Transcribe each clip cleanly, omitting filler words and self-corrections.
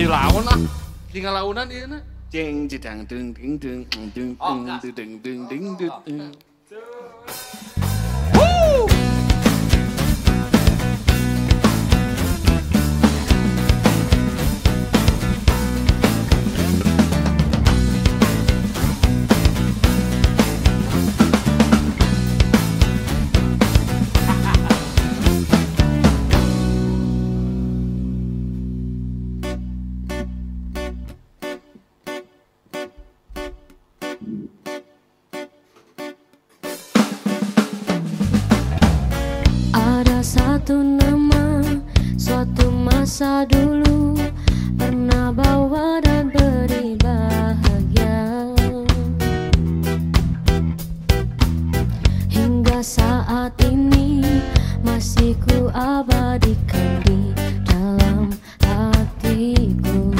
lawan ah. Tinggal launan ieu na. Jeng jedang deng deng deng deng deng deng deng deng. Satu nama, suatu masa dulu pernah bawa dan beri bahagia. Hingga saat ini masih ku abadikan di dalam hatiku.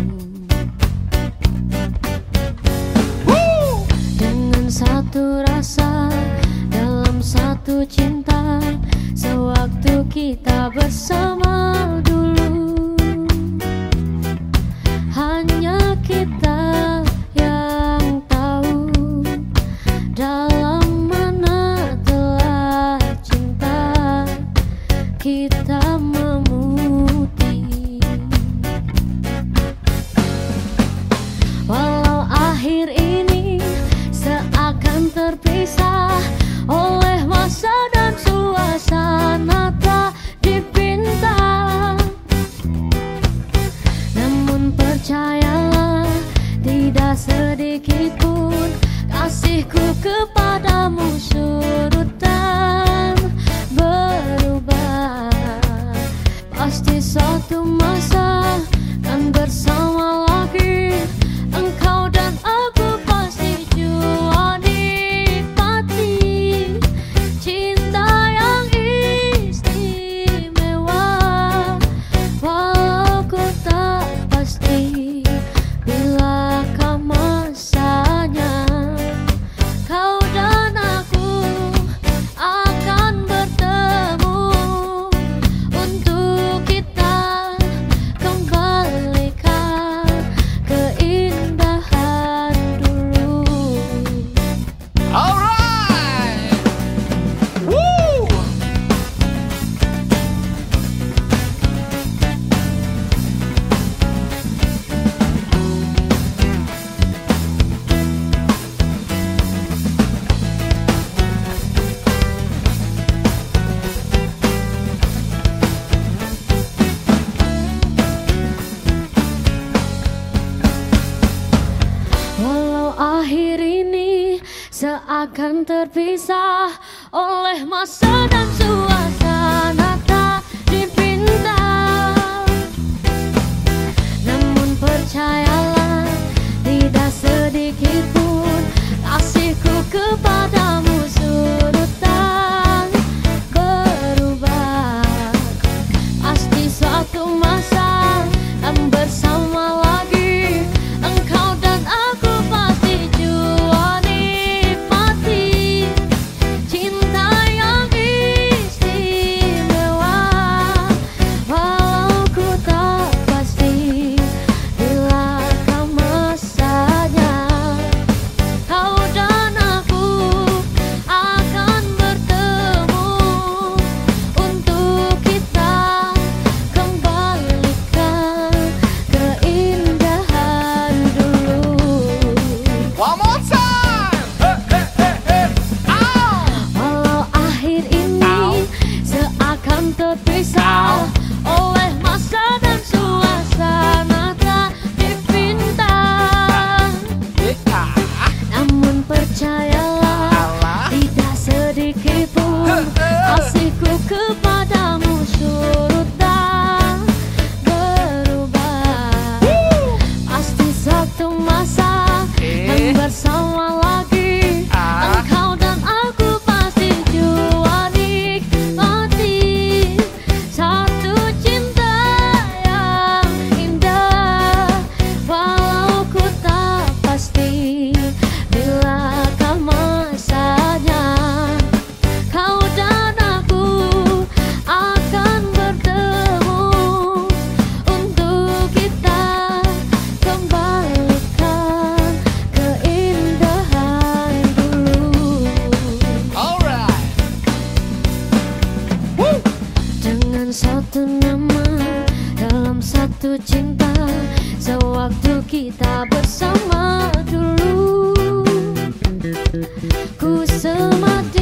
Dengan satu rasa, dalam satu cinta, sewaktu kita bersama dulu, hanya kita yang tahu dalam mana telah cinta kita memutih. Walau akhir ini seakan terpisah oleh masa dan suasana tak dipinta, namun percayalah tidak sedikit pun kasihku kepadamu surut dan berubah. Pasti suatu masa kan bersama lagi, engkau dan aku pasti jua nikmati cinta yang istimewa. Walau ku tak pasti bilakah masanya kau dan aku akan bertemu untuk kita kembalikan keindahan dulu. Alright. Woo. Walau akhir ini seakan terpisah oleh masa dan suasana tak dipinta, namun percayalah tidak sedikit pun kasihku kepadamu surut dan berubah. Pasti suatu masa kan bersama lagi, engkau dan aku pasti jua nikmati cinta yang istimewa. Walau ku tak pasti bilakah masanya kau dan aku akan bertemu untuk kita kembalikan keindahan dulu. One more time. Ow. Walau akhir ini seakan terpisah oleh masa dan suasana tak dipinta, namun percayalah tidak sedikit pun kasihku kepadamu surut dan berubah. Pasti suatu masa kan bersama lagi, engkau dan aku pasti jua nikmati satu cinta yang indah. Walau ku tak pasti bilakah cinta sewaktu kita bersama dulu. Ku semat